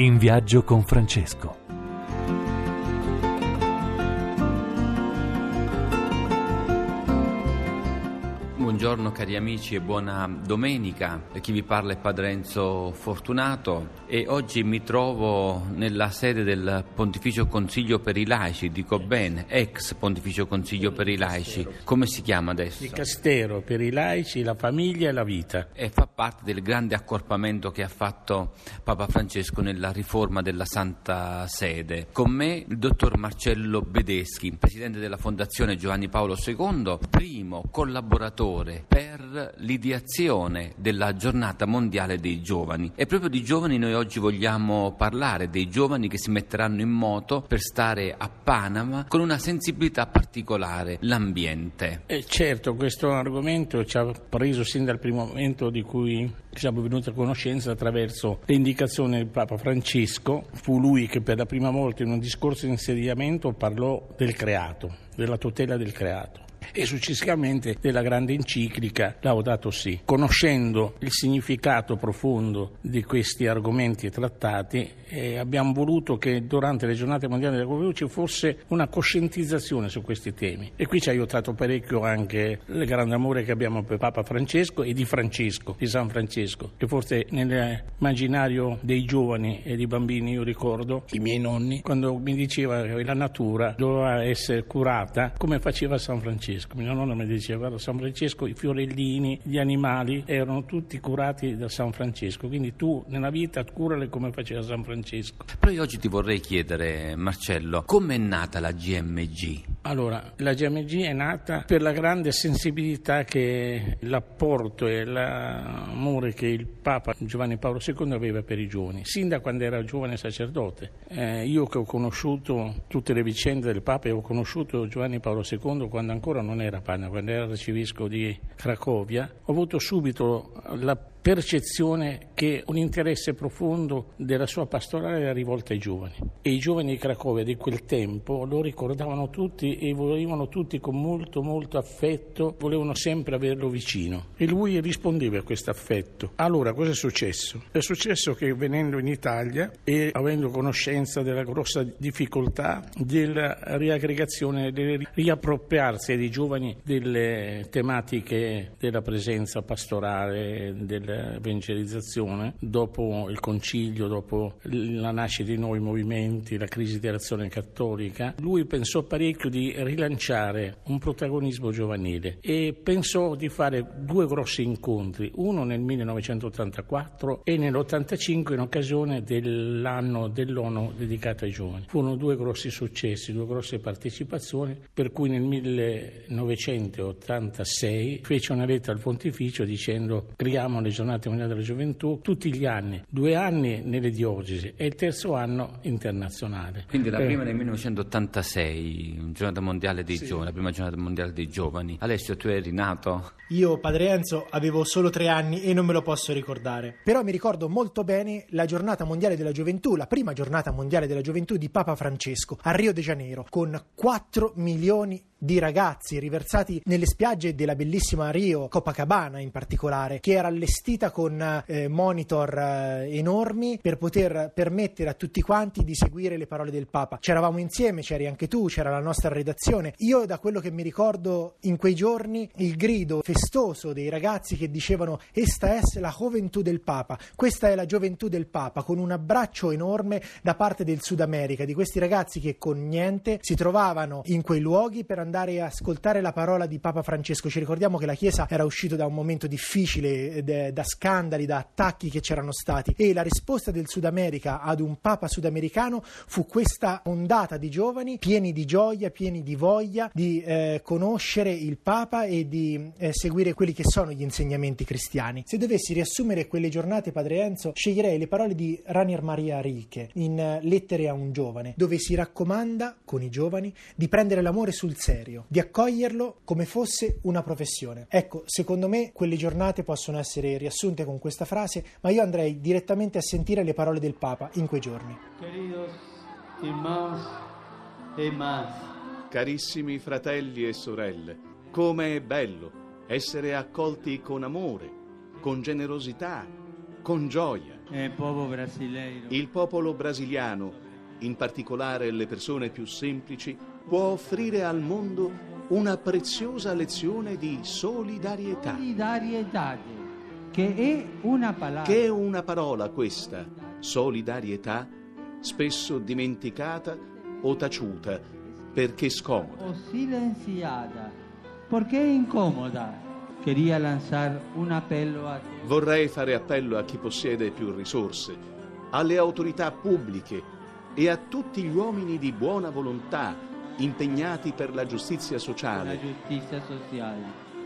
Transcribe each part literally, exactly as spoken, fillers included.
In viaggio con Francesco. Buongiorno cari amici e buona domenica, chi vi parla è Padre Enzo Fortunato e oggi mi trovo nella sede del Pontificio Consiglio per i Laici, dico bene, ex Pontificio Consiglio per i Laici, come si chiama adesso? Dicastero per i laici, la famiglia e la vita. E fa parte del grande accorpamento che ha fatto Papa Francesco nella riforma della Santa Sede. Con me il dottor Marcello Bedeschi, presidente della Fondazione Giovanni Paolo secondo, primo collaboratore per l'ideazione della giornata mondiale dei giovani. E proprio di giovani noi oggi vogliamo parlare, dei giovani che si metteranno in moto per stare a Panama con una sensibilità particolare, l'ambiente. E certo, questo argomento ci ha preso sin dal primo momento di cui siamo venuti a conoscenza attraverso le indicazioni del Papa Francesco. Fu lui che per la prima volta in un discorso di insediamento parlò del creato, della tutela del creato, e successivamente della grande enciclica Laudato Si. Conoscendo il significato profondo di questi argomenti trattati, eh, abbiamo voluto che durante le giornate mondiali della gioventù ci fosse una coscientizzazione su questi temi, e qui ci ha aiutato parecchio anche il grande amore che abbiamo per Papa Francesco e di Francesco, di San Francesco, che forse nell'immaginario dei giovani e dei bambini, io ricordo i miei nonni quando mi diceva che la natura doveva essere curata come faceva San Francesco. Mio nonno mi diceva: guarda, San Francesco, i fiorellini, gli animali erano tutti curati da San Francesco, quindi tu nella vita curali come faceva San Francesco. Però io oggi ti vorrei chiedere, Marcello, come è nata la G M G? Allora, la G M G è nata per la grande sensibilità che l'apporto e l'amore che il Papa Giovanni Paolo secondo aveva per i giovani, sin da quando era giovane sacerdote. Eh, io che ho conosciuto tutte le vicende del Papa e ho conosciuto Giovanni Paolo secondo quando ancora non era Panama, quando era arcivescovo di Cracovia, ho avuto subito la percezione che un interesse profondo della sua pastorale era rivolta ai giovani, e i giovani di Cracovia di quel tempo lo ricordavano tutti e volevano tutti con molto molto affetto, volevano sempre averlo vicino, e lui rispondeva a questo affetto. Allora cosa è successo? È successo che venendo in Italia e avendo conoscenza della grossa difficoltà della riaggregazione, del riappropriarsi dei giovani delle tematiche della presenza pastorale, del evangelizzazione, dopo il concilio, dopo la nascita di nuovi movimenti, la crisi dell'azione cattolica, lui pensò parecchio di rilanciare un protagonismo giovanile e pensò di fare due grossi incontri, uno nel millenovecentottantaquattro e nell'ottantacinque in occasione dell'anno dell'ONU dedicato ai giovani. Furono due grossi successi, due grosse partecipazioni, per cui nel millenovecentottantasei fece una lettera al Pontificio dicendo: creiamo le giornate mondiali della gioventù tutti gli anni, due anni nelle diocesi e il terzo anno internazionale. Quindi la eh. prima nel millenovecentottantasei, giornata mondiale dei sì. giovani, la prima giornata mondiale dei giovani. Alessio, tu eri nato? Io, Padre Enzo, avevo solo tre anni e non me lo posso ricordare. Però mi ricordo molto bene la giornata mondiale della gioventù, la prima giornata mondiale della gioventù di Papa Francesco a Rio de Janeiro, con quattro milioni di ragazzi riversati nelle spiagge della bellissima Rio, Copacabana in particolare, che era allestita con eh, monitor eh, enormi per poter permettere a tutti quanti di seguire le parole del Papa. C'eravamo insieme, c'eri anche tu, c'era la nostra redazione. Io, da quello che mi ricordo in quei giorni, il grido festoso dei ragazzi che dicevano: esta es la gioventù del Papa, questa è la gioventù del Papa, con un abbraccio enorme da parte del Sud America, di questi ragazzi che con niente si trovavano in quei luoghi per andare a ascoltare la parola di Papa Francesco. Ci ricordiamo che la Chiesa era uscita da un momento difficile, de, da scandali, da attacchi che c'erano stati, e la risposta del Sud America ad un Papa sudamericano fu questa ondata di giovani pieni di gioia, pieni di voglia di eh, conoscere il Papa e di eh, seguire quelli che sono gli insegnamenti cristiani. Se dovessi riassumere quelle giornate, Padre Enzo, sceglierei le parole di Rainer Maria Rilke in uh, Lettere a un giovane, dove si raccomanda con i giovani di prendere l'amore sul serio, di accoglierlo come fosse una professione. Ecco, secondo me quelle giornate possono essere riassunte con questa frase, ma io andrei direttamente a sentire le parole del Papa in quei giorni. Queridos irmãos e irmãs, carissimi fratelli e sorelle, come è bello essere accolti con amore, con generosità, con gioia. Il popolo brasiliano, in particolare le persone più semplici, può offrire al mondo una preziosa lezione di solidarietà. Solidarietà, che è una parola. Che è una parola questa, solidarietà, spesso dimenticata o taciuta perché scomoda. O silenziata, perché è incomoda. Quería lanzar un appello a... Vorrei fare appello a chi possiede più risorse, alle autorità pubbliche e a tutti gli uomini di buona volontà impegnati per la giustizia sociale. La giustizia sociale.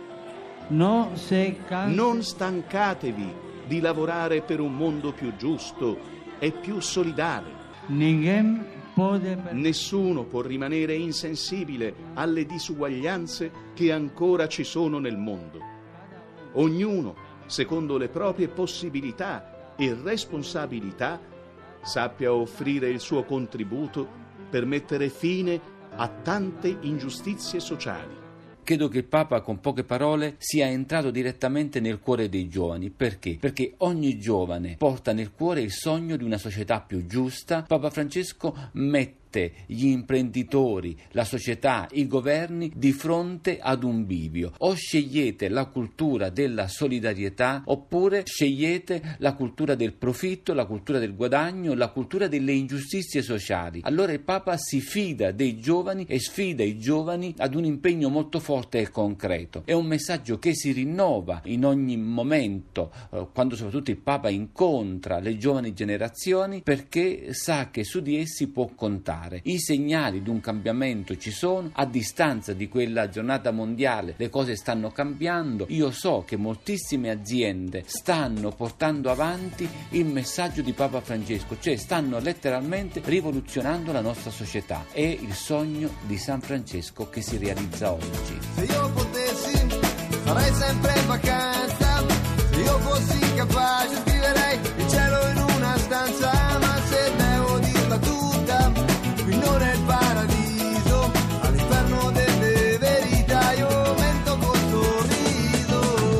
No se can... Non stancatevi di lavorare per un mondo più giusto e più solidale. Ninguém pode... Nessuno può rimanere insensibile alle disuguaglianze che ancora ci sono nel mondo. Ognuno, secondo le proprie possibilità e responsabilità, sappia offrire il suo contributo per mettere fine a tante ingiustizie sociali. Credo che il Papa, con poche parole, sia entrato direttamente nel cuore dei giovani. Perché? Perché ogni giovane porta nel cuore il sogno di una società più giusta. Papa Francesco mette gli imprenditori, la società, i governi di fronte ad un bivio: o scegliete la cultura della solidarietà oppure scegliete la cultura del profitto, la cultura del guadagno, la cultura delle ingiustizie sociali. Allora il Papa si fida dei giovani e sfida i giovani ad un impegno molto forte e concreto. È un messaggio che si rinnova in ogni momento, eh, quando soprattutto il Papa incontra le giovani generazioni, perché sa che su di essi può contare. I segnali di un cambiamento ci sono. A distanza di quella giornata mondiale le cose stanno cambiando. Io so che moltissime aziende stanno portando avanti il messaggio di Papa Francesco, cioè stanno letteralmente rivoluzionando la nostra società. È il sogno di San Francesco che si realizza oggi. Se io potessi farei sempre vacanza, se io fossi capace scriverei il cielo in una stanza, ma se devo dirla tutta, qui non è il paradiso, all'inferno delle verità io mento col sorriso.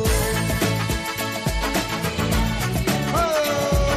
Oh!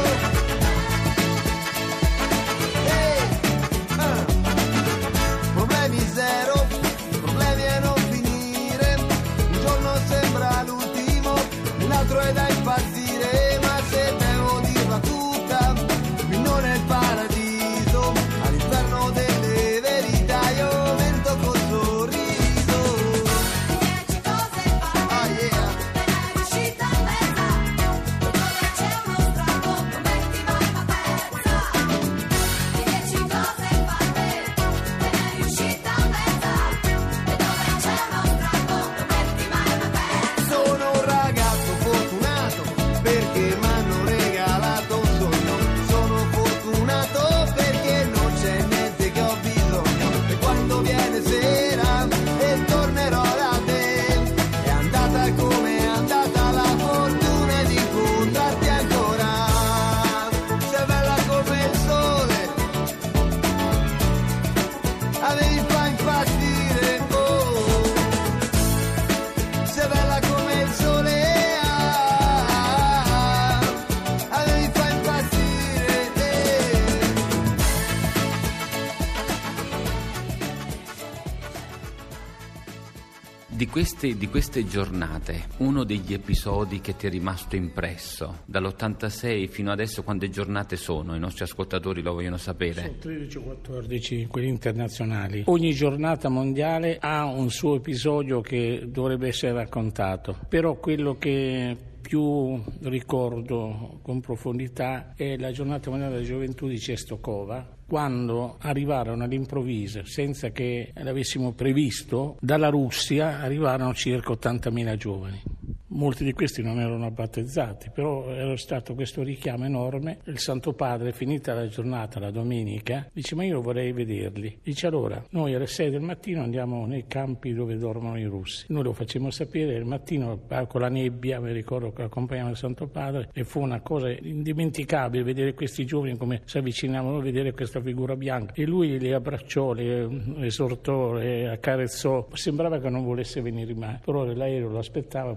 Hey! Ah! Problemi zero, problemi a non finire, un giorno sembra l'ultimo, l'altro è da impazzire, ma se devo dirla tutta, qui non è il paradiso, all'inferno delle verità io mento col sorriso. Dieci cose fatte, Ah yeah. te ne è riuscita mezza, per dove c'è uno strappo, non metti mai una terza. Dieci cose fatte, te ne è riuscita mezza, per dove c'è uno strappo, non metti mai una terza. Sono un ragazzo fortunato perché m'hanno regalato un sogno. Sono fortunato perché non c'è niente che ho bisogno. E quando viene sera e tornerò da te, è andata come è andata la fortuna di incontrarti ancora. Sei bella come il sole, avevi fa impazzire, oh. Sei bella come il sole, ah, avevi fa impazzire, eh. Di queste, di queste giornate, uno degli episodi che ti è rimasto impresso dall'ottantasei fino adesso, quante giornate sono? I nostri ascoltatori lo vogliono sapere. Sono tredici o quattordici quelli internazionali. Ogni giornata mondiale ha un suo episodio che dovrebbe essere raccontato, però quello che più ricordo con profondità è la giornata mondiale della gioventù di Czestochowa, quando arrivarono all'improvviso, senza che l'avessimo previsto, dalla Russia arrivarono circa ottantamila giovani. Molti di questi non erano battezzati, però era stato questo richiamo enorme. Il Santo Padre, finita la giornata, la domenica, dice: ma io vorrei vederli. Dice: allora, noi alle sei del mattino andiamo nei campi dove dormono i russi. Noi lo facciamo sapere, il mattino con la nebbia, mi ricordo che accompagnavamo il Santo Padre, e fu una cosa indimenticabile vedere questi giovani come si avvicinavano, vedere questa figura bianca. E lui li abbracciò, li esortò, li accarezzò. Sembrava che non volesse venire mai, però l'aereo lo aspettava, poi è dovuto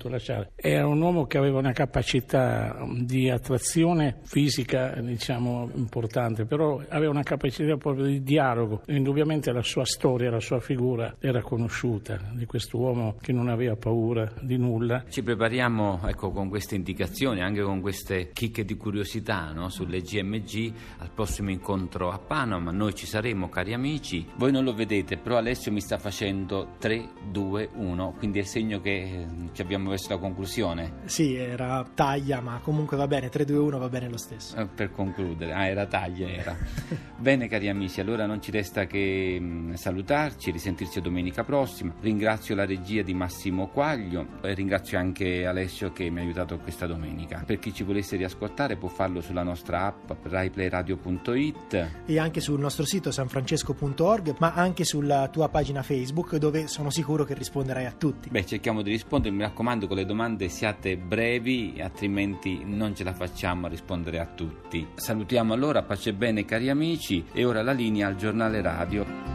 dovuto lasciare. Era un uomo che aveva una capacità di attrazione fisica, diciamo, importante, però aveva una capacità proprio di dialogo. Indubbiamente la sua storia, la sua figura era conosciuta, di questo uomo che non aveva paura di nulla. Ci prepariamo, ecco, con queste indicazioni, anche con queste chicche di curiosità, no, sulle G M G al prossimo incontro a Panama. Noi ci saremo, cari amici. Voi non lo vedete, però Alessio mi sta facendo tre, due, uno, quindi è segno che ci abbiamo verso la conclusione. Sì, era taglia, ma comunque va bene, tre due uno va bene lo stesso. Eh, per concludere, ah, era taglia, era. Bene, cari amici, allora non ci resta che mh, salutarci, risentirci domenica prossima. Ringrazio la regia di Massimo Quaglio e ringrazio anche Alessio che mi ha aiutato questa domenica. Per chi ci volesse riascoltare può farlo sulla nostra app rai play radio punto it E anche sul nostro sito sanfrancesco punto org, ma anche sulla tua pagina Facebook, dove sono sicuro che risponderai a tutti. Beh, cerchiamo di rispondere, mi raccomando, con le domande siate brevi, altrimenti non ce la facciamo a rispondere a tutti. Salutiamo allora, pace e bene, cari amici, e ora la linea al giornale radio.